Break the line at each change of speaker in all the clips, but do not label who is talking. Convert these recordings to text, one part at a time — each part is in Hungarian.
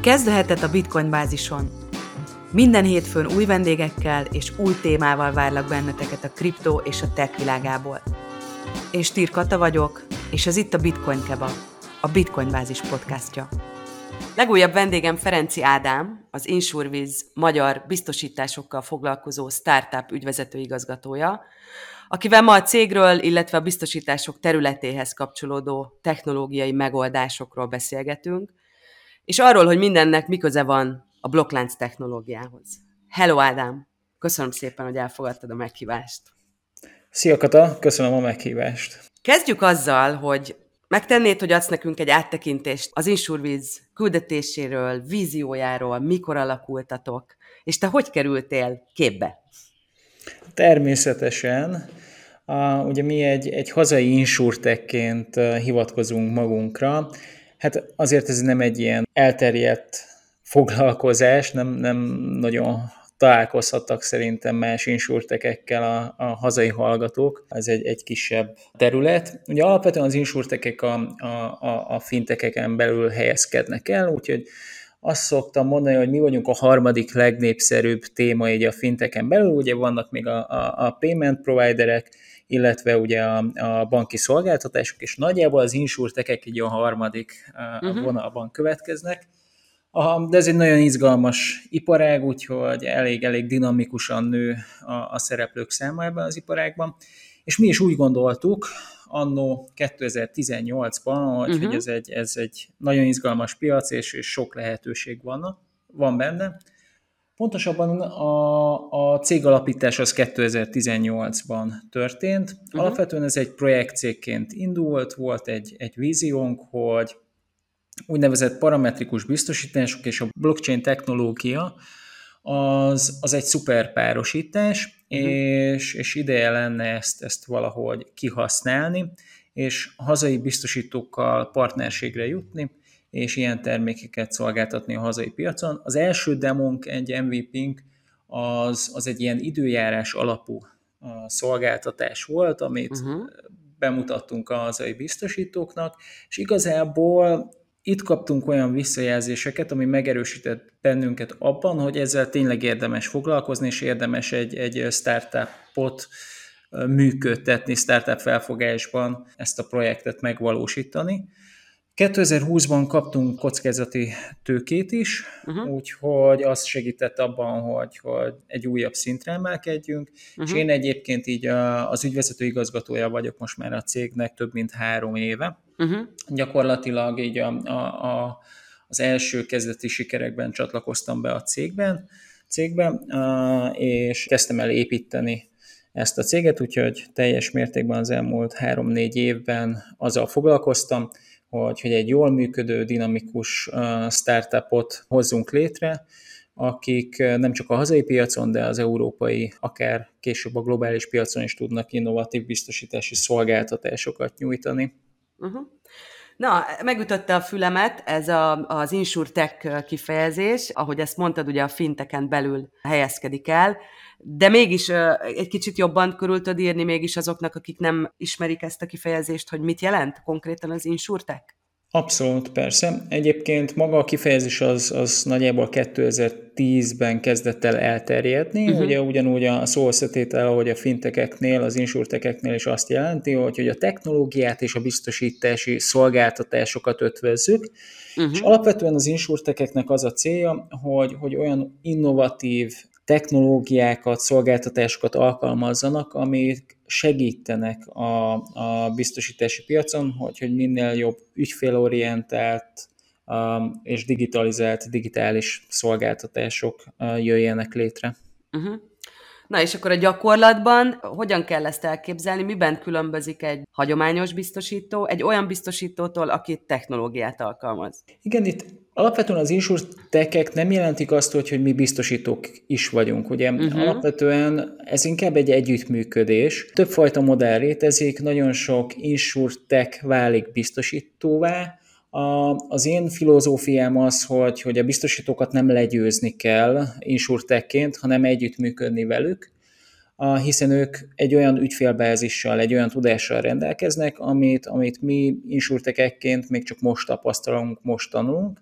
Kezd a hetet a Bitcoin bázison. Minden hétfőn új vendégekkel és új témával várlak benneteket a kriptó és a tech világából. Én Stír Kata vagyok, és ez itt a Bitcoin Kebab, a Bitcoin bázis podcastja. Legújabb vendégem Ferenczy Ádám, az InsureWiz magyar biztosításokkal foglalkozó startup ügyvezető igazgatója, akivel ma a cégről, illetve a biztosítások területéhez kapcsolódó technológiai megoldásokról beszélgetünk, és arról, hogy mindennek mi köze van a blokklánc technológiához. Hello Ádám! Köszönöm szépen, hogy elfogadtad a meghívást.
Szia Kata, köszönöm a meghívást.
Kezdjük azzal, hogy megtennéd, hogy adsz nekünk egy áttekintést az InsureWiz küldetéséről, víziójáról, mikor alakultatok, és te hogy kerültél képbe?
Természetesen. Ugye mi egy hazai insurtechként hivatkozunk magunkra. Hát azért ez nem egy ilyen elterjedt foglalkozás, nem nagyon találkozhattak szerintem más insurtechekkel a hazai hallgatók. Ez egy kisebb terület. Ugye alapvetően az insurtechek a fintecheken belül helyezkednek el, úgyhogy azt szoktam mondani, hogy mi vagyunk a harmadik legnépszerűbb téma így a finteken belül, ugye vannak még a payment providerek, illetve ugye a banki szolgáltatások, és nagyjából az insurtechek így a harmadik vonalban következnek. De ez egy nagyon izgalmas iparág, úgyhogy elég dinamikusan nő a szereplők száma ebben az iparágban. És mi is úgy gondoltuk, anno 2018-ban, hogy ez egy nagyon izgalmas piac, és sok lehetőség van benne. Pontosabban a cég alapítás az 2018-ban történt. Alapvetően ez egy projektcégként indult, volt egy víziónk, hogy úgynevezett parametrikus biztosítások és a blockchain technológia az egy szuper párosítás, és ideje lenne ezt valahogy kihasználni, és hazai biztosítókkal partnerségre jutni, és ilyen szolgáltatni a hazai piacon. Az első demónk, egy MVP-nk, az egy ilyen időjárás alapú szolgáltatás volt, amit bemutattunk a hazai biztosítóknak, és igazából itt kaptunk olyan visszajelzéseket, ami megerősített bennünket abban, hogy ezzel tényleg érdemes foglalkozni, és érdemes egy startupot működtetni, startup felfogásban ezt a projektet megvalósítani. 2020-ban kaptunk kockázati tőkét is, úgyhogy az segített abban, hogy egy újabb szintre emelkedjünk, és én egyébként így az ügyvezető igazgatója vagyok most már a cégnek több mint 3 éve. Gyakorlatilag így az első kezdeti sikerekben csatlakoztam be a cégbe, és kezdtem el építeni ezt a céget, úgyhogy teljes mértékben az elmúlt 3-4 évben azzal foglalkoztam, hogy egy jól működő, dinamikus startupot hozzunk létre, akik nem csak a hazai piacon, de az európai, akár később a globális piacon is tudnak innovatív biztosítási szolgáltatásokat nyújtani.
Na, megütötte a fülemet ez az InsurTech kifejezés, ahogy ezt mondtad, ugye a finteken belül helyezkedik el, de mégis egy kicsit jobban körül tudod írni mégis azoknak, akik nem ismerik ezt a kifejezést, hogy mit jelent konkrétan az InsurTech?
Abszolút, persze. Egyébként maga a kifejezés az nagyjából 2010-ben kezdett el elterjedni. Ugye ugyanúgy a szó összetétel, ahogy a fintecheknél, az insurtecheknél is azt jelenti, hogy a technológiát és a biztosítási szolgáltatásokat ötvözzük. És alapvetően az insurtecheknek az a célja, hogy olyan innovatív technológiákat, szolgáltatásokat alkalmazzanak, amik segítenek a biztosítási piacon, hogy minél jobb ügyfélorientált és digitális szolgáltatások jöjjenek létre.
Na és akkor a gyakorlatban hogyan kell ezt elképzelni? Miben különbözik egy hagyományos biztosító egy olyan biztosítótól, aki technológiát alkalmaz?
Igen, itt alapvetően az insurtechek nem jelentik azt, hogy mi biztosítók is vagyunk. Ugye alapvetően ez inkább egy együttműködés. Többfajta modell létezik, nagyon sok insurtech válik biztosítóvá. Az én filozófiám az, hogy a biztosítókat nem legyőzni kell insurtechként, hanem együttműködni velük, hiszen ők egy olyan ügyfélbázissal, egy olyan tudással rendelkeznek, amit mi insurtechekként még csak most tapasztalunk, most tanulunk,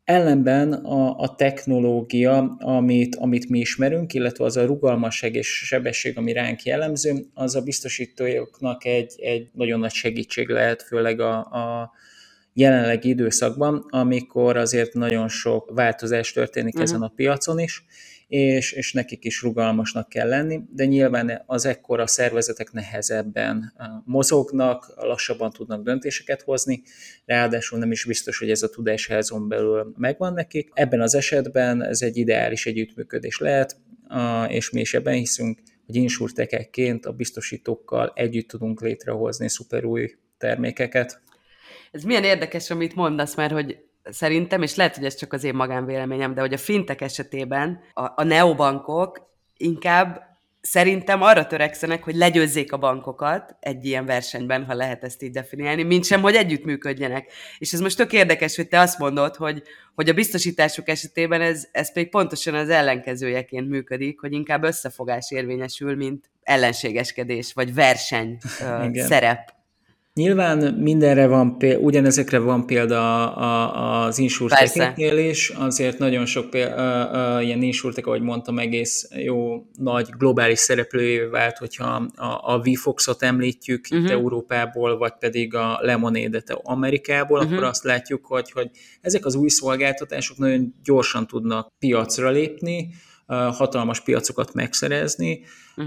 Ellenben a technológia, amit mi ismerünk, illetve az a rugalmasság és sebesség, ami ránk jellemző, az a biztosítóknak egy nagyon nagy segítség lehet, főleg a jelenlegi időszakban, amikor azért nagyon sok változás történik ezen a piacon is, és nekik is rugalmasnak kell lenni, de nyilván az ekkora szervezetek nehezebben mozognak, lassabban tudnak döntéseket hozni, ráadásul nem is biztos, hogy ez a tudásházon belül megvan nekik. Ebben az esetben ez egy ideális együttműködés lehet, és mi is ebben hiszünk, hogy insurtechekként a biztosítókkal együtt tudunk létrehozni szuper új termékeket.
Ez milyen érdekes, amit mondasz, mert hogy szerintem, és lehet, hogy ez csak az én magánvéleményem, de hogy a fintek esetében a neobankok inkább szerintem arra törekszenek, hogy legyőzzék a bankokat egy ilyen versenyben, ha lehet ezt így definiálni, mint sem, hogy együttműködjenek. És ez most tök érdekes, hogy te azt mondod, hogy a biztosítások esetében ez pedig pontosan az ellenkezőjeként működik, hogy inkább összefogás érvényesül, mint ellenségeskedés, vagy verseny szerep.
Nyilván mindenre van ugyanezekre van példa az insurtecheknél is, azért nagyon sok ilyen insurtech, ahogy mondtam, egész jó nagy globális szereplőjévé vált, hogyha a VFox-ot említjük itt Európából, vagy pedig a Lemonade-et Amerikából, akkor azt látjuk, hogy ezek az új szolgáltatások nagyon gyorsan tudnak piacra lépni, hatalmas piacokat megszerezni,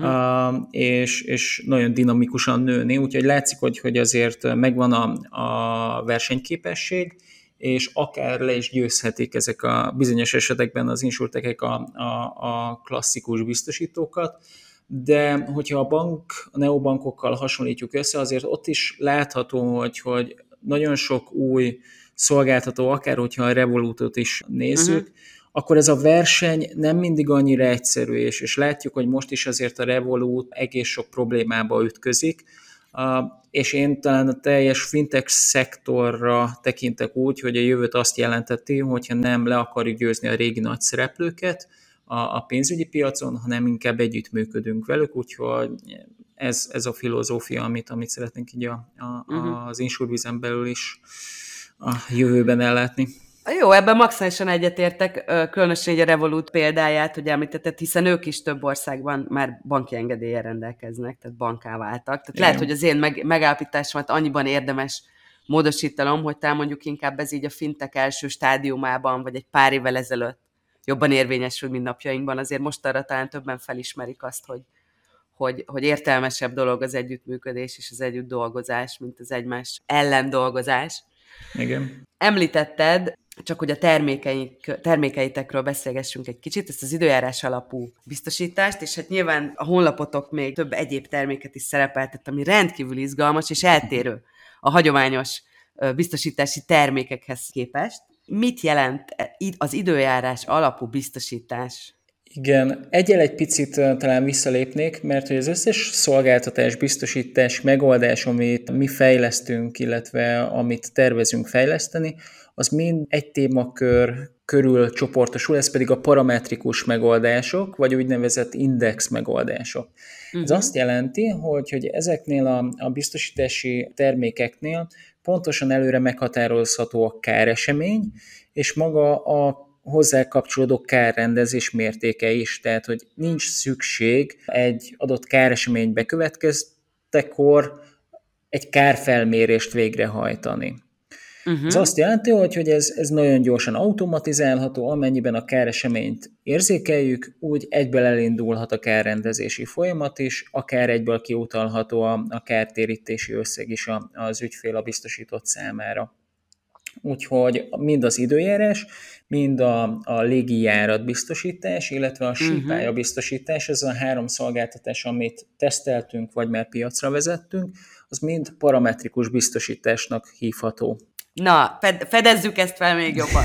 és nagyon dinamikusan nőni, úgyhogy látszik, hogy azért megvan a versenyképesség, és akár le is győzhetik ezek a bizonyos esetekben az insurtechek a klasszikus biztosítókat, de hogyha a neobankokkal hasonlítjuk össze, azért ott is látható, hogy nagyon sok új szolgáltató, akár hogyha a Revolutot is nézzük, akkor ez a verseny nem mindig annyira egyszerű, és látjuk, hogy most is azért a Revolut egész sok problémába ütközik, és én talán a teljes fintech szektorra tekintek úgy, hogy a jövőt azt jelenteti, hogyha nem le akarjuk győzni a régi nagy szereplőket a pénzügyi piacon, hanem inkább együttműködünk velük, úgyhogy ez a filozófia, amit szeretnénk így az insurvizen belül is a jövőben ellátni.
Jó, ebben maximálisan egyetértek, különösen egy a Revolut példáját, hogy említetted, hiszen ők is több országban már banki engedéllyel rendelkeznek, tehát banká váltak. Tehát lehet, hogy az én megállapításomat annyiban érdemes módosítanom, hogy talán mondjuk inkább ez így a fintek első stádiumában, vagy egy pár évvel ezelőtt jobban érvényesül, mint napjainkban. Azért most arra talán többen felismerik azt, hogy értelmesebb dolog az együttműködés és az együtt dolgozás, mint az egymás ellen dolgozás.
Igen.
Említetted, csak hogy a termékeitekről beszélgessünk egy kicsit, ezt az időjárás alapú biztosítást, és hát nyilván a honlapotok még több egyéb terméket is szerepeltet, ami rendkívül izgalmas és eltérő a hagyományos biztosítási termékekhez képest. Mit jelent az időjárás alapú biztosítás?
Igen, egy picit talán visszalépnék, mert hogy az összes szolgáltatás, biztosítás, megoldás, amit mi fejlesztünk, illetve amit tervezünk fejleszteni, az mind egy témakör körül csoportosul, ez pedig a parametrikus megoldások, vagy úgynevezett index megoldások. Ez azt jelenti, hogy ezeknél a biztosítási termékeknél pontosan előre meghatározható a káresemény, és maga a hozzá kapcsolódó kárrendezés mértéke is, tehát hogy nincs szükség egy adott káresemény bekövetkeztekor egy kárfelmérést végrehajtani. Ez azt jelenti, hogy ez nagyon gyorsan automatizálható, amennyiben a káreseményt érzékeljük, úgy egyből elindulhat a kárrendezési folyamat is, akár egyből kiutalható a kártérítési összeg is az ügyfél a biztosított számára. Úgyhogy mind az időjárás, mind a légijárat biztosítás, illetve a sípálya biztosítás, ez a 3 szolgáltatás, amit teszteltünk, vagy már piacra vezettünk, az mind parametrikus biztosításnak hívható.
Na, fedezzük ezt fel még jobban.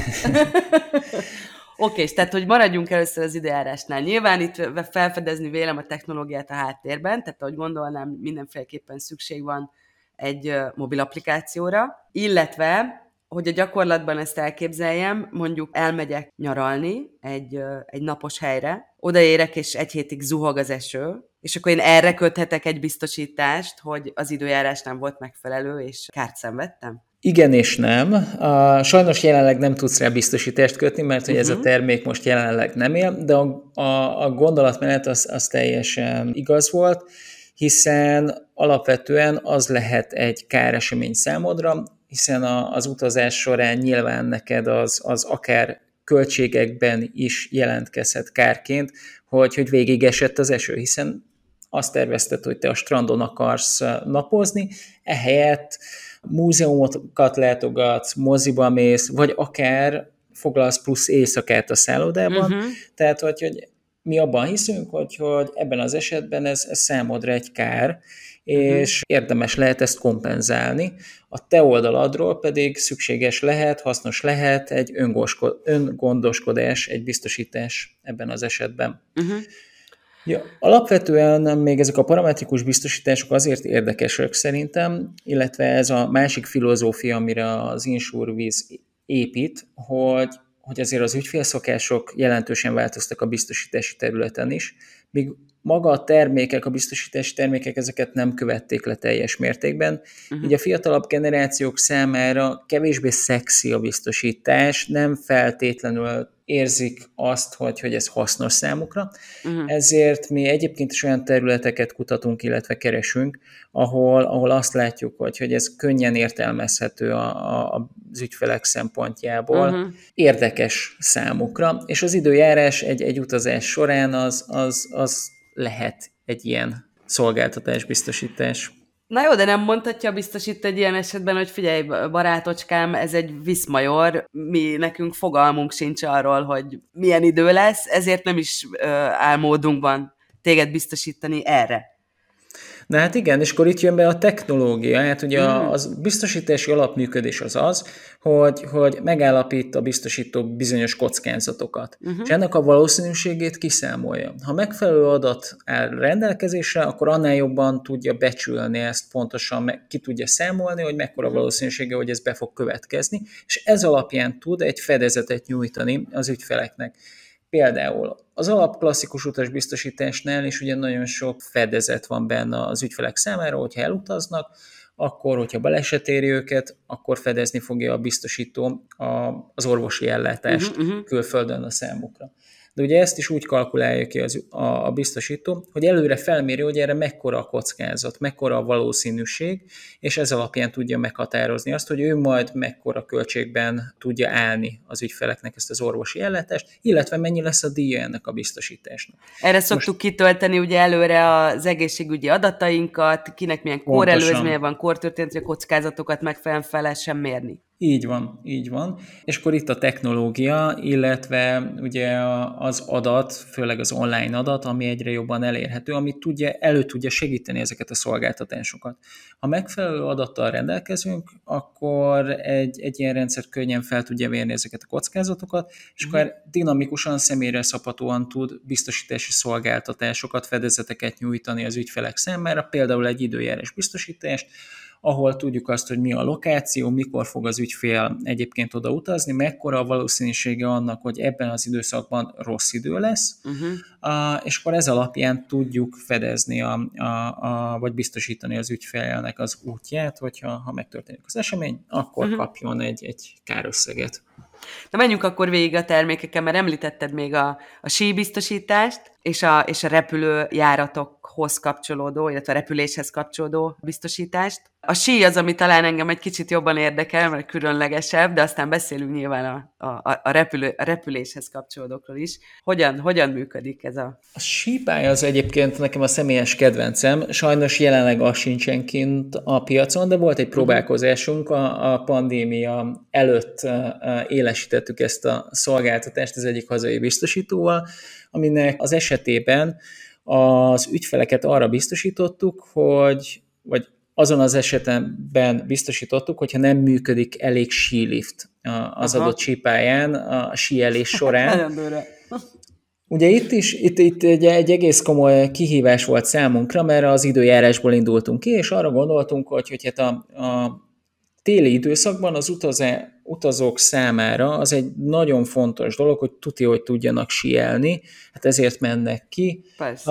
Oké, és tehát, hogy maradjunk először az időjárásnál. Nyilván itt felfedezni vélem a technológiát a háttérben, tehát ahogy gondolnám, mindenféleképpen szükség van egy mobil applikációra, illetve hogy a gyakorlatban ezt elképzeljem, mondjuk elmegyek nyaralni egy napos helyre, odaérek, és 1 hétig zuhog az eső, és akkor én erre köthetek egy biztosítást, hogy az időjárás nem volt megfelelő, és kárt szenvedtem?
Igen és nem. Sajnos jelenleg nem tudsz rá biztosítást kötni, mert hogy ez a termék most jelenleg nem él, de a gondolatmenet az teljesen igaz volt, hiszen alapvetően az lehet egy káresemény számodra, hiszen az utazás során nyilván neked az akár költségekben is jelentkezhet kárként, hogy végigesett az eső, hiszen azt tervezted, hogy te a strandon akarsz napozni, ehelyett múzeumokat látogatsz, moziba mész, vagy akár foglalsz plusz éjszakát a szállodában. Tehát, hogy mi abban hiszünk, hogy ebben az esetben ez számodra egy kár, és érdemes lehet ezt kompenzálni. A te oldaladról pedig szükséges lehet, hasznos lehet egy öngondoskodás, egy biztosítás ebben az esetben. Ja, alapvetően még ezek a parametrikus biztosítások azért érdekesek szerintem, illetve ez a másik filozófia, amire az InsurWiz épít, hogy azért az ügyfélszokások jelentősen változtak a biztosítási területen is, míg maga a termékek, a biztosítási termékek ezeket nem követték le teljes mértékben. Így a fiatalabb generációk számára kevésbé szexi a biztosítás, nem feltétlenül érzik azt, hogy ez hasznos számukra. Ezért mi egyébként is olyan területeket kutatunk, illetve keresünk, ahol azt látjuk, hogy ez könnyen értelmezhető az ügyfelek szempontjából, érdekes számukra, és az időjárás egy utazás során az lehet egy ilyen szolgáltatásbiztosítás.
Na jó, de nem mondhatja a biztosító egy ilyen esetben, hogy figyelj, barátocskám, ez egy viszmajor, mi nekünk fogalmunk sincs arról, hogy milyen idő lesz, ezért nem is áll módunkban téged biztosítani erre.
Na hát igen, és akkor itt jön be a technológia. Hát ugye az biztosítási alapműködés az, hogy megállapít a biztosító bizonyos kockázatokat, és ennek a valószínűségét kiszámolja. Ha megfelelő adat áll rendelkezésre, akkor annál jobban tudja becsülni ezt, pontosan ki tudja számolni, hogy mekkora valószínűsége, hogy ez be fog következni, és ez alapján tud egy fedezetet nyújtani az ügyfeleknek. Például az alapklasszikus utasbiztosításnál is ugye nagyon sok fedezet van benne az ügyfelek számára, hogyha elutaznak, akkor, hogyha baleset éri őket, akkor fedezni fogja a biztosító az orvosi ellátást külföldön a számukra. De ugye ezt is úgy kalkulálja ki a biztosító, hogy előre felméri, hogy erre mekkora a kockázat, mekkora a valószínűség, és ez alapján tudja meghatározni azt, hogy ő majd mekkora költségben tudja állni az ügyfeleknek ezt az orvosi ellátást, illetve mennyi lesz a díja ennek a biztosításnak.
Erre szoktuk kitölteni ugye előre az egészségügyi adatainkat, kinek milyen kórelőzménye van, kórtörténeti kockázatokat megfelelően fel lehessen mérni.
Így van, így van. És akkor itt a technológia, illetve ugye az adat, főleg az online adat, ami egyre jobban elérhető, ami elő tudja segíteni ezeket a szolgáltatásokat. Ha megfelelő adattal rendelkezünk, akkor egy ilyen rendszer könnyen fel tudja mérni ezeket a kockázatokat, és akkor dinamikusan, személyre szabhatóan tud biztosítási szolgáltatásokat, fedezeteket nyújtani az ügyfelek számára, például egy időjárás biztosítást, ahol tudjuk azt, hogy mi a lokáció, mikor fog az ügyfél egyébként oda utazni, mekkora a valószínűsége annak, hogy ebben az időszakban rossz idő lesz, és akkor ez alapján tudjuk fedezni vagy biztosítani az ügyfélnek az útját, hogyha megtörténik az esemény, akkor kapjon egy kárösszeget.
Na menjünk akkor végig a termékeken, mert említetted még a síbiztosítást, és a repülőjáratokhoz kapcsolódó, illetve a repüléshez kapcsolódó biztosítást. A sí az, ami talán engem egy kicsit jobban érdekel, mert különlegesebb, de aztán beszélünk nyilván a repüléshez kapcsolódókról is. Hogyan működik ez a...
A sípálya az egyébként nekem a személyes kedvencem. Sajnos jelenleg az sincsen kint a piacon, de volt egy próbálkozásunk a pandémia előtt élesítettük ezt a szolgáltatást az egyik hazai biztosítóval, aminek az esetében az ügyfeleket arra biztosítottuk, vagy azon az esetben biztosítottuk, hogyha nem működik elég sílift az adott sípályán a síelés során. Ugye itt egy egész komoly kihívás volt számunkra, mert az időjárásból indultunk ki, és arra gondoltunk, hogy hát a téli időszakban az utazók számára az egy nagyon fontos dolog, hogy tudjanak síelni, hát ezért mennek ki.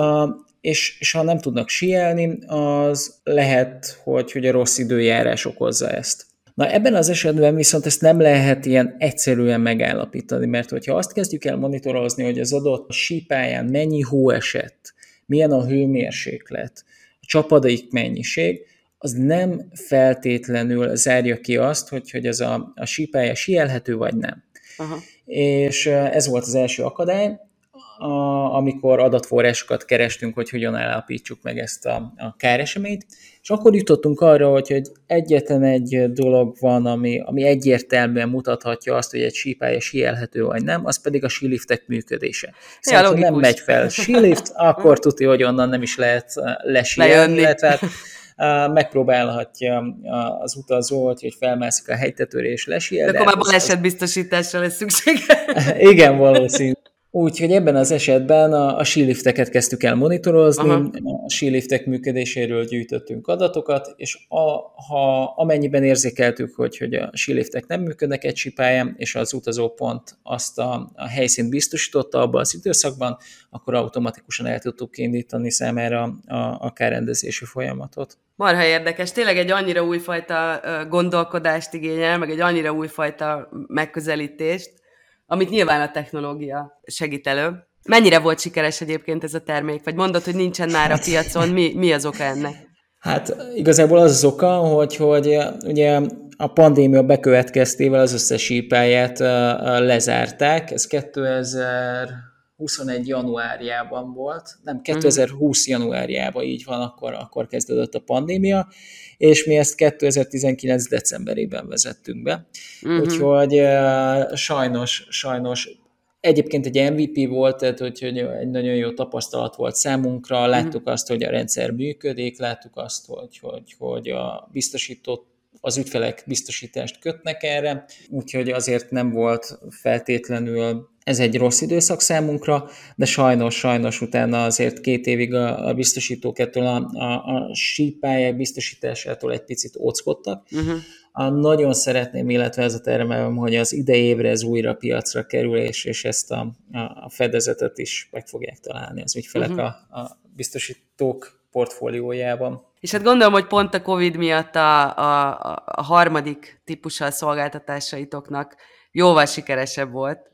És ha nem tudnak síelni, az lehet, hogy a rossz időjárás okozza ezt. Na ebben az esetben viszont ezt nem lehet ilyen egyszerűen megállapítani, mert hogyha azt kezdjük el monitorozni, hogy az adott sípályán mennyi hó esett, milyen a hőmérséklet, a csapadék mennyiség, az nem feltétlenül zárja ki azt, hogy ez a sípálya síelhető vagy nem.
Aha.
És ez volt az első akadály, amikor adatforrásokat kerestünk, hogy hogyan állapítsuk meg ezt a káreseményt, és akkor jutottunk arra, hogy egyetlen egy dolog van, ami egyértelműen mutathatja azt, hogy egy sípálya síelhető vagy nem, az pedig a síliftek működése. Szóval, ha nem megy fel sílift, akkor tudja, hogy onnan nem is lehet lesíelni, illetve megpróbálhatja az utazó, hogy felmászik a hegytetőre és lesiel.
De akkor már balesetbiztosításra lesz szükség.
Igen, valószínű. Úgyhogy ebben az esetben a sílifteket kezdtük el monitorozni, a síliftek működéséről gyűjtöttünk adatokat, és amennyiben érzékeltük, hogy a síliftek nem működnek egy sípályán, és az utazópont azt a helyszínt biztosította abban az időszakban, akkor automatikusan el tudtuk indítani számára a kárrendezési folyamatot.
Marha érdekes. Tényleg egy annyira újfajta gondolkodást igényel, meg egy annyira újfajta megközelítést, amit nyilván a technológia segít elő. Mennyire volt sikeres egyébként ez a termék? Vagy mondod, hogy nincsen már a piacon, mi az oka ennek?
Hát igazából az oka, hogy ugye a pandémia bekövetkeztével az összes sípályát lezárták. Ez 2021 januárjában volt, nem, 2020 januárjában, így van, akkor kezdődött a pandémia, és mi ezt 2019 decemberében vezettünk be. Úgyhogy sajnos egyébként egy MVP volt, tehát hogy egy nagyon jó tapasztalat volt számunkra, láttuk azt, hogy a rendszer működik, láttuk azt, hogy a biztosított az ügyfelek biztosítást kötnek erre, úgyhogy azért nem volt feltétlenül ez egy rossz időszak számunkra, de sajnos utána azért 2 évig a biztosítók ettől a sípályák biztosításától egy picit óckodtak. Nagyon szeretném, illetve ez a tervem, hogy az idei évre ez újra piacra kerül, és ezt a fedezetet is meg fogják találni az ügyfelek a biztosítók portfóliójában.
És hát gondolom, hogy pont a Covid miatt a harmadik típusa a szolgáltatásaitoknak jóval sikeresebb volt,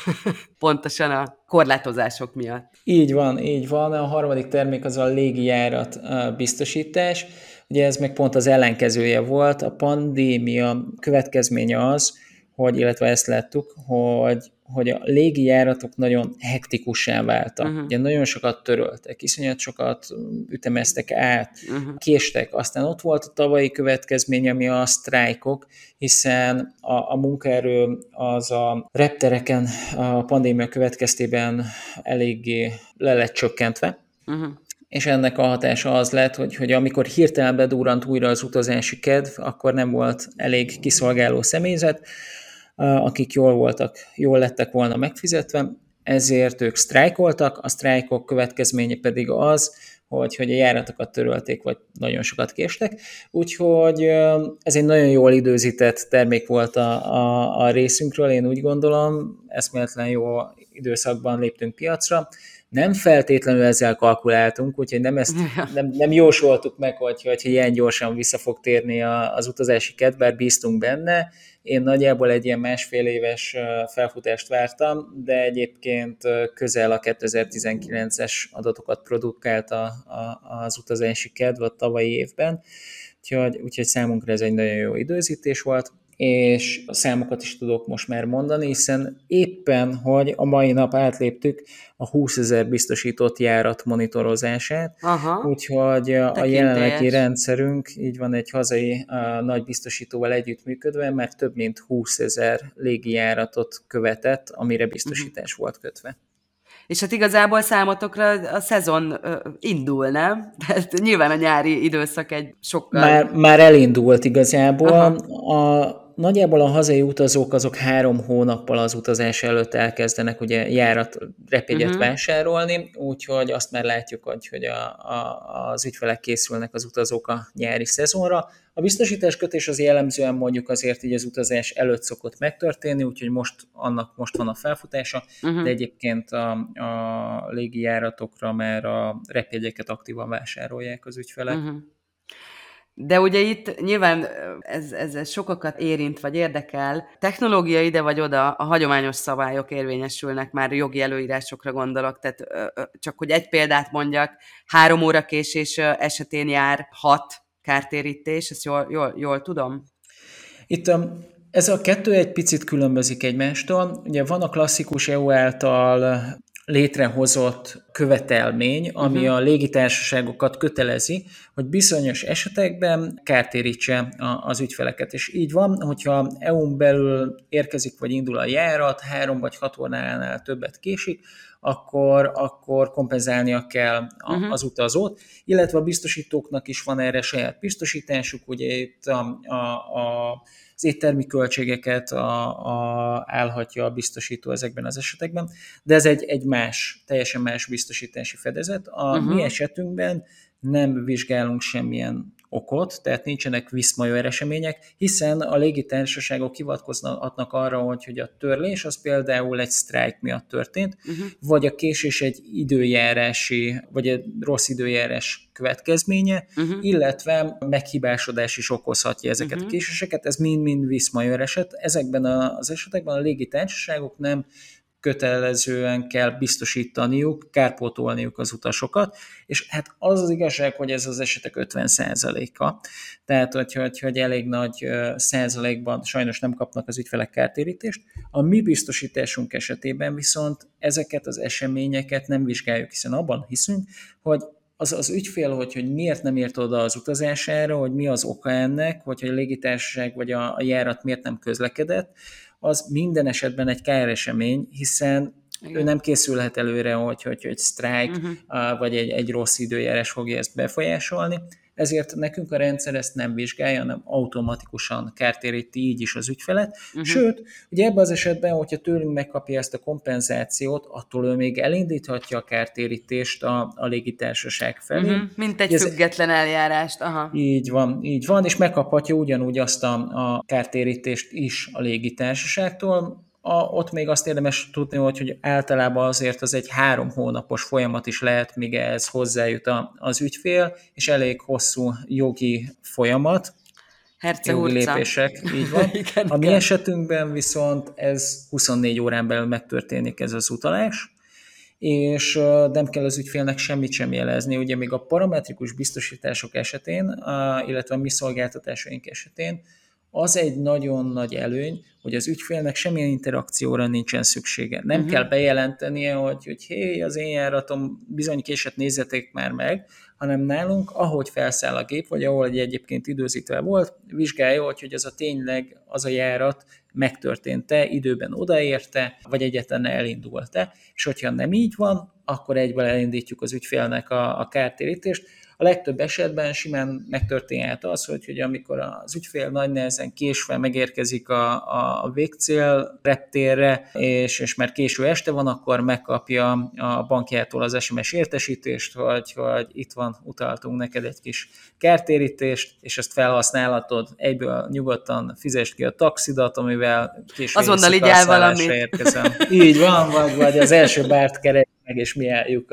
pontosan a korlátozások miatt.
Így van. A harmadik termék az a légijárat biztosítás. Ugye ez meg pont az ellenkezője volt. A pandémia következménye az, illetve ezt láttuk, hogy a légijáratok nagyon hektikussá váltak. Ugye nagyon sokat töröltek, iszonyat sokat ütemeztek át, késtek. Aztán ott volt a tavalyi következmény, ami a sztrájkok, hiszen a munkaerő az a reptereken a pandémia következtében eléggé le lett csökkentve. És ennek a hatása az lett, hogy amikor hirtelen bedurrant újra az utazási kedv, akkor nem volt elég kiszolgáló személyzet, akik jól lettek volna megfizetve, ezért ők sztrájkoltak, a sztrájkok következménye pedig az, hogy a járatokat törölték, vagy nagyon sokat késtek, úgyhogy ez egy nagyon jól időzített termék volt a részünkről, én úgy gondolom, eszméletlen jó időszakban léptünk piacra, nem feltétlenül ezzel kalkuláltunk, úgyhogy nem jósoltuk meg, hogy ilyen gyorsan vissza fog térni az utazási kedv, bár bíztunk benne. Én nagyjából egy ilyen 1,5 éves felfutást vártam, de egyébként közel a 2019-es adatokat produkálta az utazási kedv a tavalyi évben, úgyhogy számunkra ez egy nagyon jó időzítés volt, és a számokat is tudok most már mondani, hiszen éppen, hogy a mai nap átléptük a 20 000 biztosított járat monitorozását, úgyhogy a jelenlegi rendszerünk így van egy hazai nagy biztosítóval együttműködve, mert több mint 20 000 légijáratot követett, amire biztosítás volt kötve.
És hát igazából számotokra a szezon indul, nem? Tehát nyilván a nyári időszak egy sokkal...
Már elindult igazából. Nagyjából a hazai utazók azok 3 hónappal az utazás előtt elkezdenek ugye repjegyet vásárolni, úgyhogy azt már látjuk, hogy az ügyfelek készülnek, az utazók a nyári szezonra. A biztosításkötés az jellemzően mondjuk azért így az utazás előtt szokott megtörténni, úgyhogy most van a felfutása, de egyébként a légijáratokra már a repjegyeket aktívan vásárolják az ügyfelek.
De ugye itt nyilván ez sokakat érint, vagy érdekel. Technológia ide vagy oda, a hagyományos szabályok érvényesülnek, már jogi előírásokra gondolok, tehát csak hogy egy példát mondjak, 3 óra késés esetén jár 6 kártérítés, ezt jól tudom?
Itt ez a kettő egy picit különbözik egymástól. Ugye van a klasszikus EU által létrehozott követelmény, ami a légitársaságokat kötelezi, hogy bizonyos esetekben kártérítse az ügyfeleket. És így van, hogyha EU-n belül érkezik vagy indul a járat, 3 vagy 6 óránál többet késik, akkor kompenzálnia kell az utazót, illetve a biztosítóknak is van erre saját biztosításuk, ugye itt az éttermi költségeket állhatja a biztosító ezekben az esetekben, de ez egy teljesen más biztosítási fedezet. A mi esetünkben nem vizsgálunk semmilyen okot, tehát nincsenek viszmajor események, hiszen a légitársaságok hivatkoznak arra, hogy a törlés az például egy sztrájk miatt történt, vagy a késés egy időjárási, vagy egy rossz időjárás következménye, illetve meghibásodás is okozhatja ezeket a késéseket, ez mind-mind viszmajor eset. Ezekben az esetekben a légitársaságok nem kötelezően kell biztosítaniuk, kárpótolniuk az utasokat, és hát az az igazság, hogy ez az esetek 50%-a. Tehát, hogy elég nagy százalékban sajnos nem kapnak az ügyfelek kártérítést. A mi biztosításunk esetében viszont ezeket az eseményeket nem vizsgáljuk, hiszen abban hiszünk, hogy az ügyfél, hogy miért nem ért oda az utazására, hogy mi az oka ennek, hogy a légitársaság vagy a járat miért nem közlekedett, az minden esetben egy káresemény, hiszen ő nem készülhet előre, hogy sztrájk vagy egy rossz időjárás fogja ezt befolyásolni, ezért nekünk a rendszer ezt nem vizsgálja, hanem automatikusan kártéríti így is az ügyfelet. Sőt, ugye ebben az esetben, hogyha tőlünk megkapja ezt a kompenzációt, attól ő még elindíthatja a kártérítést a légitársaság felé.
Mint egy független eljárást. Aha.
Így van, és megkaphatja ugyanúgy azt a kártérítést is a légitársaságtól. Ott még azt érdemes tudni, hogy általában azért az egy 3 hónapos folyamat is lehet, míg ehhez hozzájut az ügyfél, és elég hosszú jogi folyamat, jogi lépések, így van.
Igen,
a mi esetünkben viszont ez 24 órán belül megtörténik ez az utalás, és nem kell az ügyfélnek semmit sem jelezni. Ugye még a parametrikus biztosítások esetén, illetve a mi szolgáltatásaink esetén az egy nagyon nagy előny, hogy az ügyfélnek semmilyen interakcióra nincsen szüksége. Nem kell bejelentenie, hogy hé, az én járatom bizony késett, nézzetek már meg, hanem nálunk, ahogy felszáll a gép, vagy ahol egyébként időzítve volt, vizsgálja, hogy az a tényleg az a járat megtörtént-e, időben odaérte, vagy egyáltalán elindult-e, és hogyha nem így van, akkor egyből elindítjuk az ügyfélnek a kártérítést. A legtöbb esetben simán megtörténhet az, hogy amikor az ügyfél nagy nehezen késve megérkezik a végcél reptérre, és már késő este van, akkor megkapja a bankjától az SMS értesítést, hogy itt van, utaltunk neked egy kis kártérítést, és ezt felhasználhatod, egyből nyugodtan fizesd ki a taxidat, amivel késő
azonnal így el valamit.
Érkezem. Így van, vagy az első bárt keresd meg, és mi eljük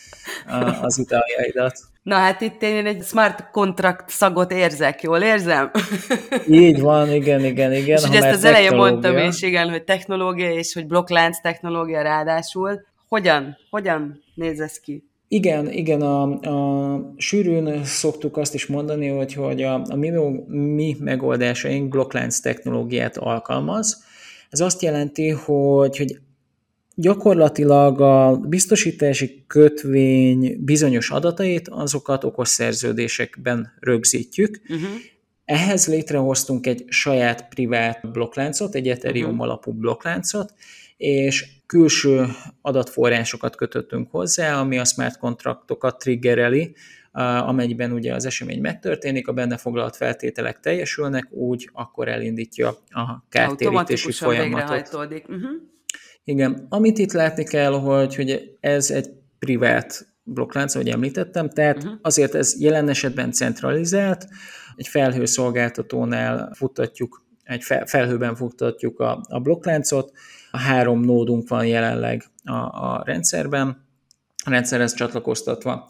az utaljaidat.
Na hát itt én egy smart contract szagot érzek, jól érzem?
Így van, igen.
És ugye ezt az elején mondtam is, igen, hogy technológia, és hogy blokklánc technológia ráadásul. Hogyan néz ez ki?
Igen, a sűrűn szoktuk azt is mondani, hogy a mi megoldásaink blokklánc technológiát alkalmaz. Ez azt jelenti, hogy gyakorlatilag a biztosítási kötvény bizonyos adatait, azokat okos szerződésekben rögzítjük. Ehhez létrehoztunk egy saját privát blokkláncot, egy Ethereum alapú blokkláncot, és külső adatforrásokat kötöttünk hozzá, ami a smart kontraktokat triggereli, amelyben ugye az esemény megtörténik, a benne foglalt feltételek teljesülnek, úgy akkor elindítja a kártérítési folyamatot. Igen, amit itt látni kell, hogy ez egy privát blokklánc, ahogy említettem, tehát azért ez jelen esetben centralizált, egy felhőszolgáltatónál futtatjuk, egy felhőben futtatjuk a blokkláncot, 3 nódunk van jelenleg a rendszerben, a rendszerhez csatlakoztatva,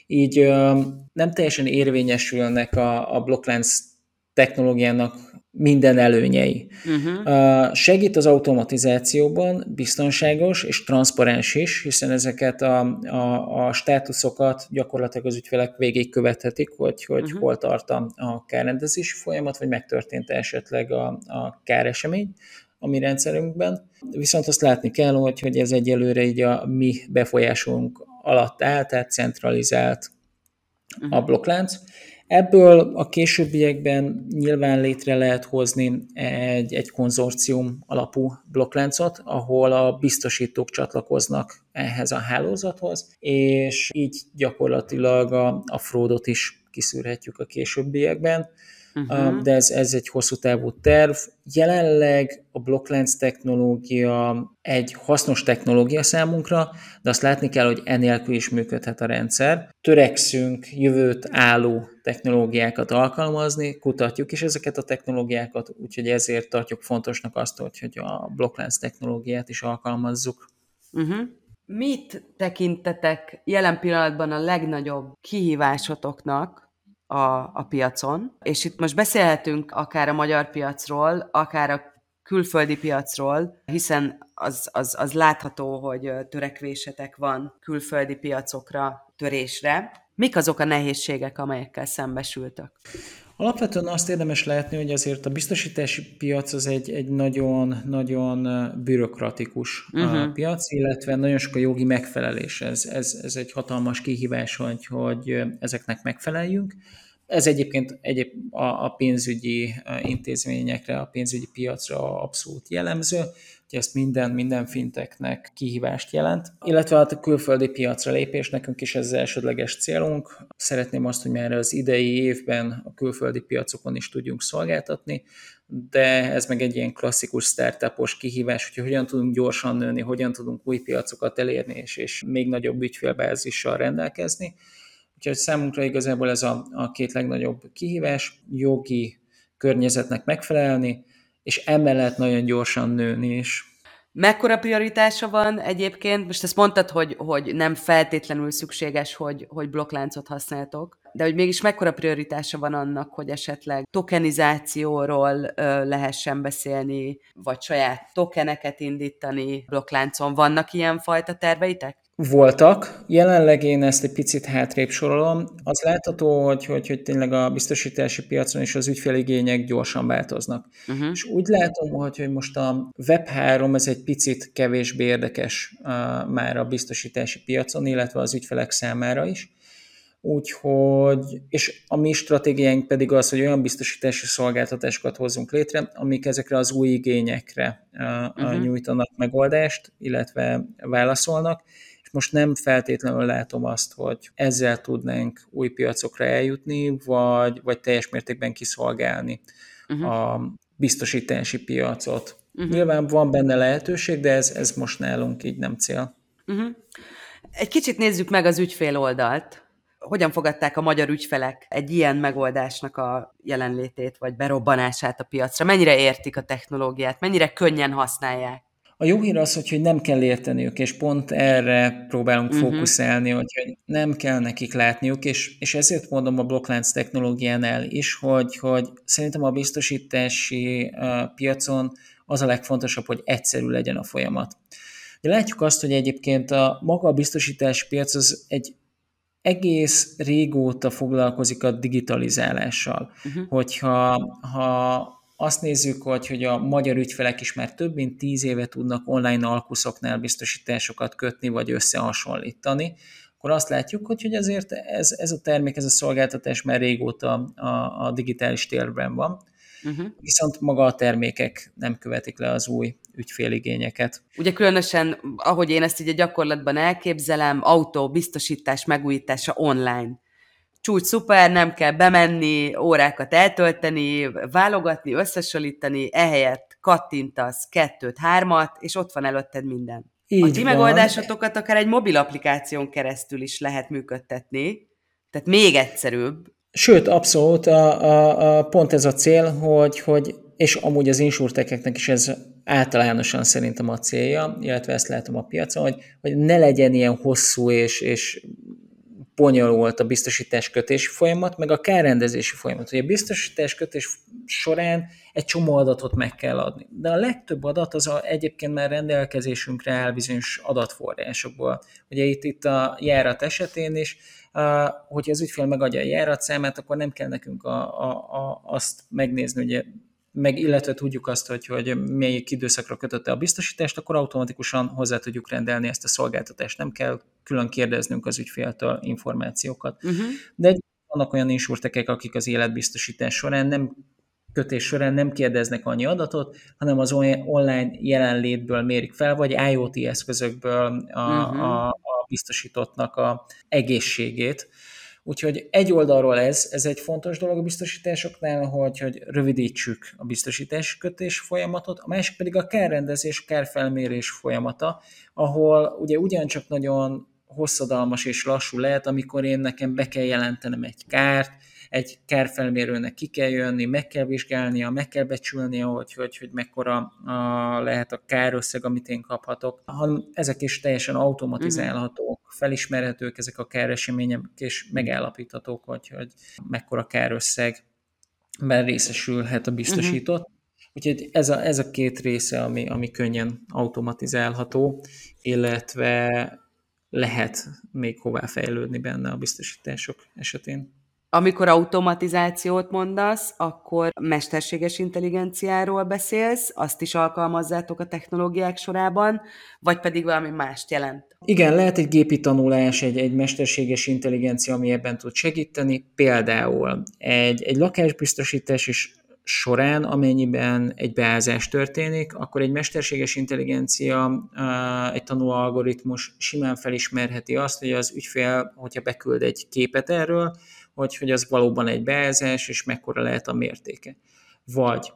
így nem teljesen érvényesülnek a blokklánc technológiának minden előnyei. Segít az automatizációban, biztonságos és transzparens is, hiszen ezeket a státuszokat gyakorlatilag az ügyfelek végigkövethetik, hogy hol tart a kárrendezési folyamat, vagy megtörtént esetleg a káresemény a mi rendszerünkben. Viszont azt látni kell, hogy ez egyelőre így a mi befolyásunk alatt áll, tehát centralizált a blokklánc. Ebből a későbbiekben nyilván létre lehet hozni egy konzorcium alapú blokkláncot, ahol a biztosítók csatlakoznak ehhez a hálózathoz, és így gyakorlatilag a fraudot is kiszűrhetjük a későbbiekben. De ez egy hosszú távú terv. Jelenleg a blokklánc technológia egy hasznos technológia számunkra, de azt látni kell, hogy enélkül is működhet a rendszer. Törekszünk jövőt álló technológiákat alkalmazni, kutatjuk is ezeket a technológiákat, úgyhogy ezért tartjuk fontosnak azt, hogy a blokklánc technológiát is alkalmazzuk.
Mit tekintetek jelen pillanatban a legnagyobb kihívásotoknak a piacon? És itt most beszélhetünk akár a magyar piacról, akár a külföldi piacról, hiszen az látható, hogy törekvésetek van külföldi piacokra, törésre. Mik azok a nehézségek, amelyekkel szembesültök?
Alapvetően azt érdemes látni, hogy azért a biztosítási piac az egy nagyon bürokratikus piac, illetve nagyon sok a jogi megfelelés. Ez egy hatalmas kihívás, hogy ezeknek megfeleljünk. Ez egyébként a pénzügyi intézményekre, a pénzügyi piacra abszolút jellemző, hogy ezt minden fintechnek kihívást jelent. Illetve hát a külföldi piacra lépés, nekünk is ez az elsődleges célunk. Szeretném azt, hogy már az idei évben a külföldi piacokon is tudjunk szolgáltatni, de ez meg egy ilyen klasszikus startupos kihívás, hogy hogyan tudunk gyorsan nőni, hogyan tudunk új piacokat elérni, és még nagyobb ügyfélbázissal rendelkezni. Úgyhogy számunkra igazából ez a két legnagyobb kihívás, jogi környezetnek megfelelni, és emellett nagyon gyorsan nőni is.
Mekkora prioritása van egyébként? Most ezt mondtad, hogy nem feltétlenül szükséges, hogy blokkláncot használtok, de hogy mégis mekkora prioritása van annak, hogy esetleg tokenizációról lehessen beszélni, vagy saját tokeneket indítani blokkláncon. Vannak ilyenfajta terveitek?
Voltak. Jelenleg én ezt egy picit hátrébb sorolom. Az látható, hogy tényleg a biztosítási piacon és az ügyféligények gyorsan változnak. És úgy látom, hogy most a Web3 ez egy picit kevésbé érdekes már a biztosítási piacon, illetve az ügyfelek számára is. Úgyhogy, és a mi stratégiánk pedig az, hogy olyan biztosítási szolgáltatásokat hozzunk létre, amik ezekre az új igényekre nyújtanak megoldást, illetve válaszolnak. És most nem feltétlenül látom azt, hogy ezzel tudnánk új piacokra eljutni, vagy teljes mértékben kiszolgálni a biztosítási piacot. Nyilván van benne lehetőség, de ez most nálunk így nem cél.
Egy kicsit nézzük meg az ügyfél oldalt. Hogyan fogadták a magyar ügyfelek egy ilyen megoldásnak a jelenlétét, vagy berobbanását a piacra? Mennyire értik a technológiát? Mennyire könnyen használják?
A jó hír az, hogy nem kell érteniük, és pont erre próbálunk fókuszálni, hogy nem kell nekik látniuk, és ezért mondom a blokklánc technológiánál is, hogy szerintem a biztosítási piacon az a legfontosabb, hogy egyszerű legyen a folyamat. De látjuk azt, hogy egyébként maga a biztosítási piac az egy egész régóta foglalkozik a digitalizálással. Hogyha azt nézzük, hogy a magyar ügyfelek is már több mint 10 éve tudnak online alkuszoknál biztosításokat kötni, vagy összehasonlítani, akkor azt látjuk, hogy azért ez a termék, ez a szolgáltatás már régóta a digitális térben van. Viszont maga a termékek nem követik le az új ügyféligényeket.
Ugye különösen, ahogy én ezt így a gyakorlatban elképzelem, autó, biztosítás, megújítása online. Csúcs szuper, nem kell bemenni, órákat eltölteni, válogatni, összehasonlítani, ehelyett kattintasz 2-3, és ott van előtted minden.
Így
a ti megoldásotokat akár egy mobil applikáción keresztül is lehet működtetni, tehát még egyszerűbb.
Sőt, abszolút, pont ez a cél, hogy és amúgy az insurtecheknek is ez általánosan szerintem a célja, illetve ezt látom a piacon, hogy ne legyen ilyen hosszú és bonyolult a biztosításkötési folyamat, meg a kárrendezési folyamat. Ugye a biztosításkötés során egy csomó adatot meg kell adni, de a legtöbb adat az egyébként már rendelkezésünkre áll bizonyos adatforrásokból. Ugye itt a járat esetén is, hogyha az ügyfél megadja a járatszámát, akkor nem kell nekünk azt megnézni, ugye, illetve tudjuk azt, hogy melyik időszakra kötötte a biztosítást, akkor automatikusan hozzá tudjuk rendelni ezt a szolgáltatást. Nem kell külön kérdeznünk az ügyféltől információkat. De vannak olyan insurtekek, akik az életbiztosítás során kötés során nem kérdeznek annyi adatot, hanem az online jelenlétből mérik fel, vagy IoT eszközökből a biztosítottnak a egészségét. Úgyhogy egy oldalról ez egy fontos dolog a biztosításoknál, hogy rövidítsük a biztosításkötés folyamatot, a másik pedig a kárrendezés, kárfelmérés folyamata, ahol ugye ugyancsak nagyon hosszadalmas és lassú lehet, amikor nekem be kell jelentenem egy kárt, egy kárfelmérőnek ki kell jönni, meg kell vizsgálnia, meg kell becsülnia, hogy mekkora lehet a kárösszeg, amit én kaphatok. Ezek is teljesen automatizálhatók, felismerhetők ezek a káresemények, és megállapíthatók, hogy mekkora kárösszegben részesülhet a biztosított. Úgyhogy ez a két része, ami könnyen automatizálható, illetve lehet még hová fejlődni benne a biztosítások esetén.
Amikor automatizációt mondasz, akkor mesterséges intelligenciáról beszélsz, azt is alkalmazzátok a technológiák sorában, vagy pedig valami mást jelent?
Igen, lehet egy gépi tanulás, egy mesterséges intelligencia, ami ebben tud segíteni. Például egy lakásbiztosítás is során, amennyiben egy beázás történik, akkor egy mesterséges intelligencia, egy tanuló algoritmus simán felismerheti azt, hogy az ügyfél, hogyha beküld egy képet erről, hogy az valóban egy beázás, és mekkora lehet a mértéke. Vagy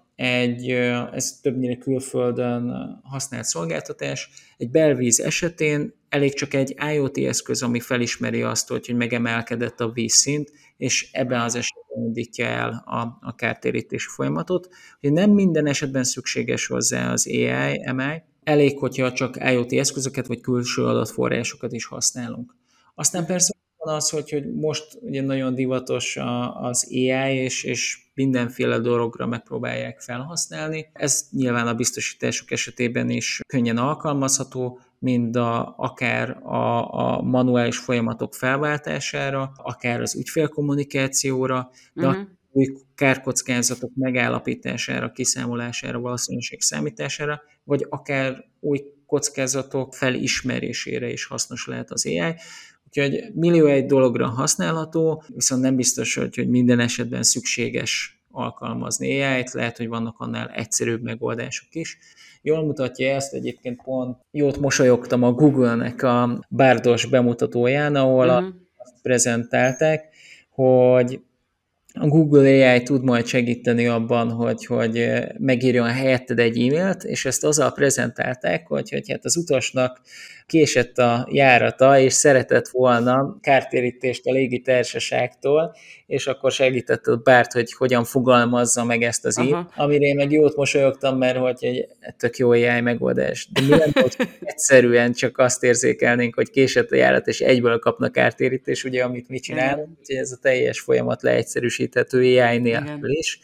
ez többnyire külföldön használt szolgáltatás, egy belvíz esetén elég csak egy IoT eszköz, ami felismeri azt, hogy megemelkedett a vízszint, és ebben az esetben indítja el a kártérítési folyamatot. Ugye nem minden esetben szükséges hozzá az AI, MI, elég, hogyha csak IoT eszközöket vagy külső adatforrásokat is használunk. Aztán persze van az, hogy most ugye nagyon divatos az AI, és mindenféle dologra megpróbálják felhasználni. Ez nyilván a biztosítások esetében is könnyen alkalmazható, mind akár a manuális folyamatok felváltására, akár az ügyfélkommunikációra, de akár új kárkockázatok megállapítására, kiszámolására, valószínűség számítására, vagy akár új kockázatok felismerésére is hasznos lehet az AI. Úgyhogy millió egy dologra használható, viszont nem biztos, hogy minden esetben szükséges alkalmazni AI-t, lehet, hogy vannak annál egyszerűbb megoldások is. Jól mutatja ezt, egyébként pont jót mosolyogtam a Google-nek a bárdos bemutatóján, ahol azt prezentálták, hogy a Google AI tud majd segíteni abban, hogy megírjon helyetted egy e-mailt, és ezt azzal prezentálták, hogy hát az utasnak késett a járata, és szeretett volna kártérítést a légitársaságtól, és akkor segített a Bárt, hogy hogyan fogalmazza meg ezt az e-mailt, amire én meg jót mosolyogtam, mert hogy tök jó AI megoldás. De mi lenne, hogy egyszerűen csak azt érzékelnénk, hogy késett a járat, és egyből kapnak kártérítést, ugye, amit mi csinálunk, úgyhogy ez a teljes folyamat leegyszerűsíthető AI nélkül is.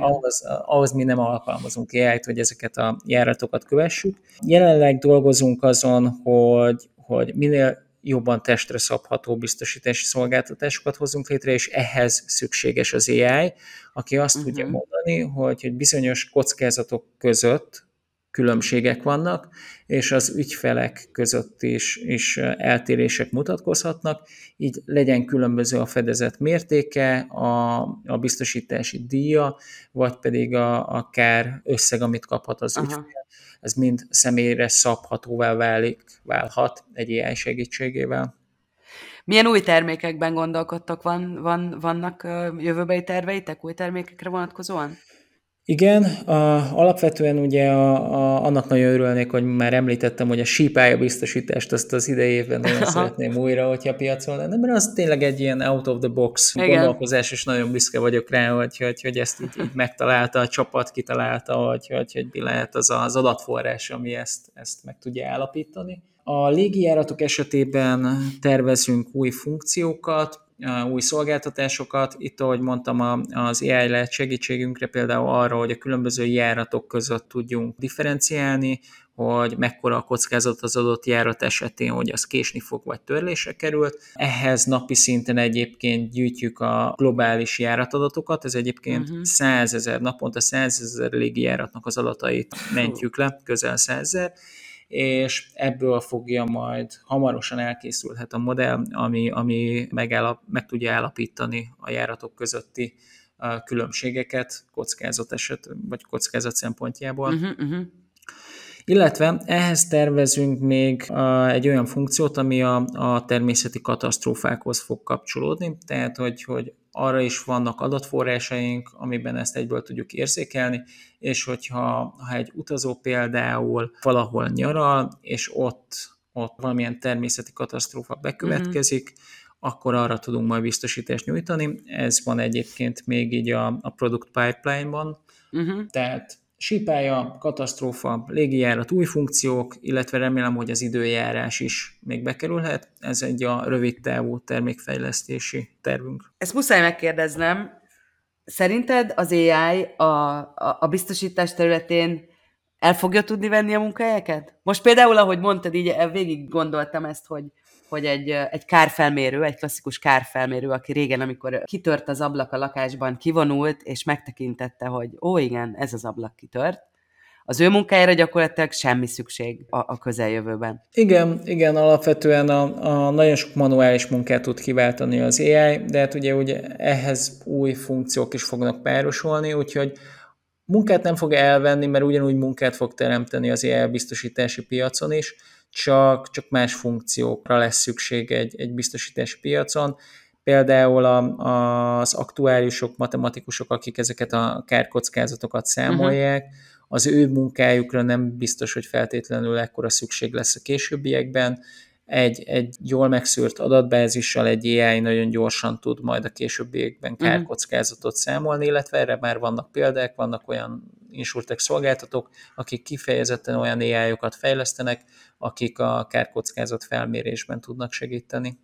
Ahhoz mi nem alkalmazunk AI-t, hogy ezeket a járatokat kövessük. Jelenleg dolgozunk azon, hogy minél jobban testre szabható biztosítási szolgáltatásokat hozzunk létre, és ehhez szükséges az AI, aki azt tudja mondani, hogy bizonyos kockázatok között különbségek vannak, és az ügyfelek között is eltérések mutatkozhatnak, így legyen különböző a fedezet mértéke, a biztosítási díja, vagy pedig a kár összeg, amit kaphat az ügyfél. Ez mind személyre szabhatóvá válhat egy AI segítségével.
Milyen új termékekben gondolkodtok? Vannak jövőbeli terveitek új termékekre vonatkozóan?
Igen, alapvetően ugye annak nagyon örülnék, hogy már említettem, hogy a sípálya biztosítást azt az idejében nagyon szeretném újra, hogyha piacon lenne, mert az tényleg egy ilyen out of the box gondolkozás, és nagyon büszke vagyok rá, hogy ezt így megtalálta a csapat, kitalálta, hogy mi lehet az adatforrás, ami ezt meg tudja állapítani. A légijáratok esetében tervezünk új funkciókat, új szolgáltatásokat. Itt, ahogy mondtam, az AI lehet segítségünkre például arra, hogy a különböző járatok között tudjunk differenciálni, hogy mekkora a kockázat az adott járat esetén, hogy az késni fog, vagy törlésre került. Ehhez napi szinten egyébként gyűjtjük a globális járatadatokat, ez egyébként 100 000, naponta 100 000 légijáratnak az adatait mentjük le, közel 100 000, és ebből fogja majd hamarosan elkészülhet a modell, ami meg tudja állapítani a járatok közötti különbségeket kockázat eset, vagy kockázat szempontjából. Illetve ehhez tervezünk még egy olyan funkciót, ami a természeti katasztrófákhoz fog kapcsolódni, tehát hogy arra is vannak adatforrásaink, amiben ezt egyből tudjuk érzékelni, és hogyha egy utazó például valahol nyaral, és ott valamilyen természeti katasztrófa bekövetkezik, akkor arra tudunk majd biztosítást nyújtani. Ez van egyébként még így a product pipeline-ban, tehát sípálya, katasztrófa, légijárat, új funkciók, illetve remélem, hogy az időjárás is még bekerülhet. Ez egy a rövid távú termékfejlesztési tervünk.
Ezt muszáj megkérdeznem. Szerinted az AI a biztosítás területén el fogja tudni venni a munkahelyeket? Most például, ahogy mondtad, így végig gondoltam ezt, hogy egy kárfelmérő, egy klasszikus kárfelmérő, aki régen, amikor kitört az ablak a lakásban, kivonult, és megtekintette, hogy igen, ez az ablak kitört, az ő munkájára gyakorlatilag semmi szükség a közeljövőben.
Igen, alapvetően a nagyon sok manuális munkát tud kiváltani az AI, de hát ugye ehhez új funkciók is fognak párosulni, úgyhogy munkát nem fog elvenni, mert ugyanúgy munkát fog teremteni az AI biztosítási piacon is, csak más funkciókra lesz szükség egy biztosítási piacon. Például az aktuáriusok, matematikusok, akik ezeket a kárkockázatokat számolják, az ő munkájukra nem biztos, hogy feltétlenül ekkora szükség lesz a későbbiekben. Egy jól megszűrt adatbázissal egy AI nagyon gyorsan tud majd a későbbiekben kárkockázatot számolni, illetve erre már vannak példák, vannak olyan insurtech szolgáltatók, akik kifejezetten olyan AI-okat fejlesztenek, akik a kárkockázat felmérésben tudnak segíteni.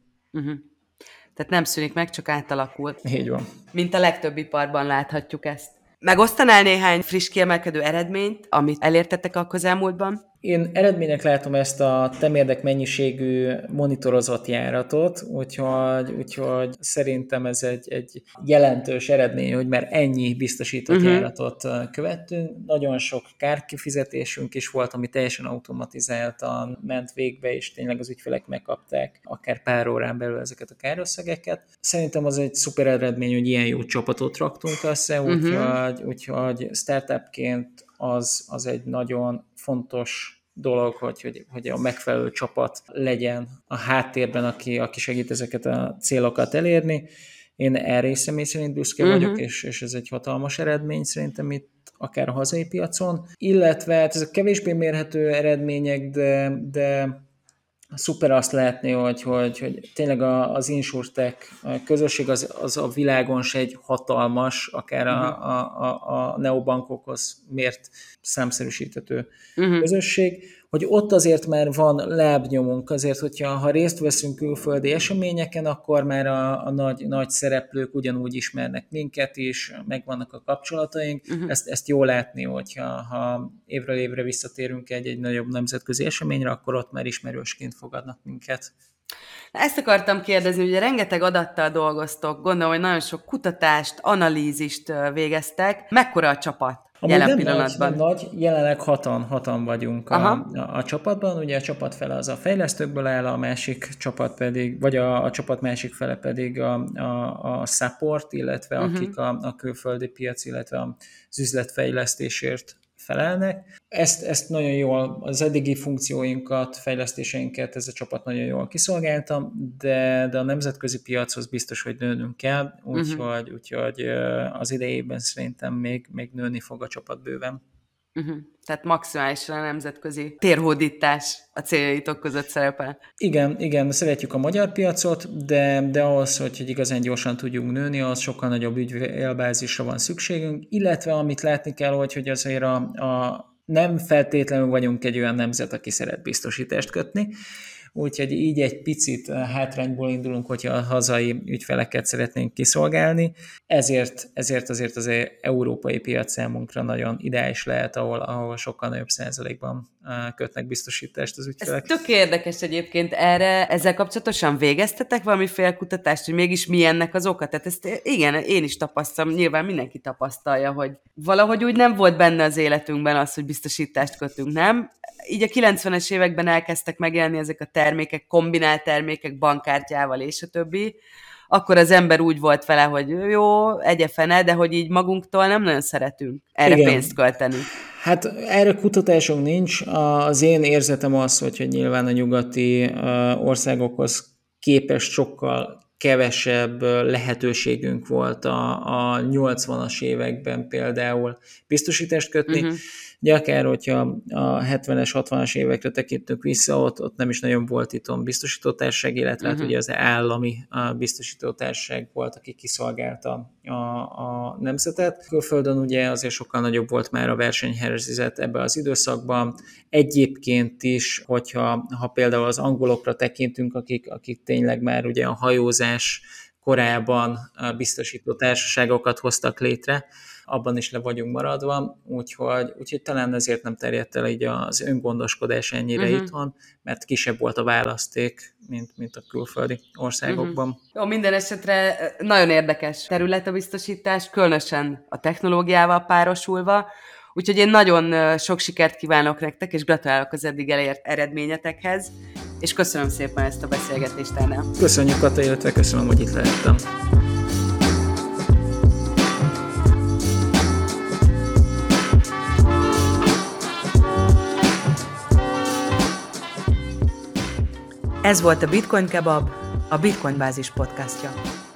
Tehát nem szűnik meg, csak átalakul.
Így van.
Mint a legtöbb iparban láthatjuk ezt. Megosztanál néhány friss kiemelkedő eredményt, amit elértettek a közelmúltban?
Én eredménynek látom ezt a temérdek mennyiségű monitorozott járatot, úgyhogy szerintem ez egy jelentős eredmény, hogy már ennyi biztosított járatot követtünk. Nagyon sok kárkifizetésünk is volt, ami teljesen automatizáltan ment végbe, és tényleg az ügyfelek megkapták akár pár órán belül ezeket a kárösszegeket. Szerintem az egy szuper eredmény, hogy ilyen jó csapatot raktunk össze, úgyhogy startupként az egy nagyon fontos dolog, hogy a megfelelő csapat legyen a háttérben, aki segít ezeket a célokat elérni. Én erre is személy szerint büszke vagyok, és ez egy hatalmas eredmény szerintem itt akár a hazai piacon. Illetve hát ezek kevésbé mérhető eredmények, de szuper azt látni, hogy tényleg az insurtech közösség az a világon se egy hatalmas, akár a neobankokhoz mért számszerűsíthető közösség, hogy ott azért már van lábnyomunk, azért, ha részt veszünk külföldi eseményeken, akkor már a nagy szereplők ugyanúgy ismernek minket is, megvannak a kapcsolataink. Ezt jó látni, hogyha évről évre visszatérünk egy nagyobb nemzetközi eseményre, akkor ott már ismerősként fogadnak minket.
Ezt akartam kérdezni, ugye rengeteg adattal dolgoztok, gondolom, hogy nagyon sok kutatást, analízist végeztek. Mekkora a csapat? Jelen pillanatban.
Nem nagy, jelenleg hatan vagyunk a csapatban, ugye a csapat fele az a fejlesztőkből áll, a másik csapat pedig, vagy a csapat másik fele pedig a support, illetve akik a külföldi piac, illetve az üzletfejlesztésért felelnek. Ezt nagyon jól, az eddigi funkcióinkat, fejlesztéseinket ez a csapat nagyon jól kiszolgálta, de a nemzetközi piachoz biztos, hogy nőnünk kell, úgyhogy az idejében szerintem még nőni fog a csapat bőven.
Tehát maximálisan a nemzetközi térhódítás a céljaitok között szerepel.
Igen, szeretjük a magyar piacot, de ahhoz, hogy igazán gyorsan tudjunk nőni, az sokkal nagyobb ügyfélbázisra van szükségünk, illetve amit látni kell, hogy azért nem feltétlenül vagyunk egy olyan nemzet, aki szeret biztosítást kötni, úgyhogy így egy picit hátrányból indulunk, hogyha a hazai ügyfeleket szeretnénk kiszolgálni. Ezért azért az európai piac számunkra nagyon ideális lehet, ahol sokkal nagyobb százalékban kötnek biztosítást az ügyfelek.
Ez tök érdekes egyébként. Ezzel kapcsolatosan végeztetek valamiféle kutatást, hogy mégis mi ennek az oka? Tehát ezt igen, én is tapasztalom, nyilván mindenki tapasztalja, hogy valahogy úgy nem volt benne az életünkben az, hogy biztosítást kötünk, nem? Így a 90-es években elkezdtek megjelenni ezek a termékek, kombinált termékek, bankkártyával és a többi. Akkor az ember úgy volt vele, hogy jó, egyefene, de hogy így magunktól nem nagyon szeretünk erre pénzt költeni.
Hát erre kutatásunk nincs. Az én érzetem az, hogy nyilván a nyugati országokhoz képest sokkal kevesebb lehetőségünk volt a 80-as években például biztosítást kötni. Ugye akár, hogyha a 70-es, 60-as évekre tekintünk vissza, ott nem is nagyon volt itthon biztosítótársaság, illetve hát ugye az állami biztosítótársaság volt, aki kiszolgálta a nemzetet. Külföldön ugye azért sokkal nagyobb volt már a versenyhelyzet ebben az időszakban. Egyébként is, ha például az angolokra tekintünk, akik tényleg már ugye a hajózás korában biztosító társaságokat hoztak létre, abban is le vagyunk maradva, úgyhogy talán ezért nem terjedt el így az öngondoskodás ennyire itthon, mert kisebb volt a választék, mint a külföldi országokban.
Jó, minden esetre nagyon érdekes terület a biztosítás, különösen a technológiával párosulva, úgyhogy én nagyon sok sikert kívánok nektek, és gratulálok az eddig elért eredményetekhez, és köszönöm szépen ezt a beszélgetést, Árnál.
Köszönjük, Kata, illetve köszönöm, hogy itt lehettem.
Ez volt a Bitcoin Kebab, a Bitcoin Bázis podcastja.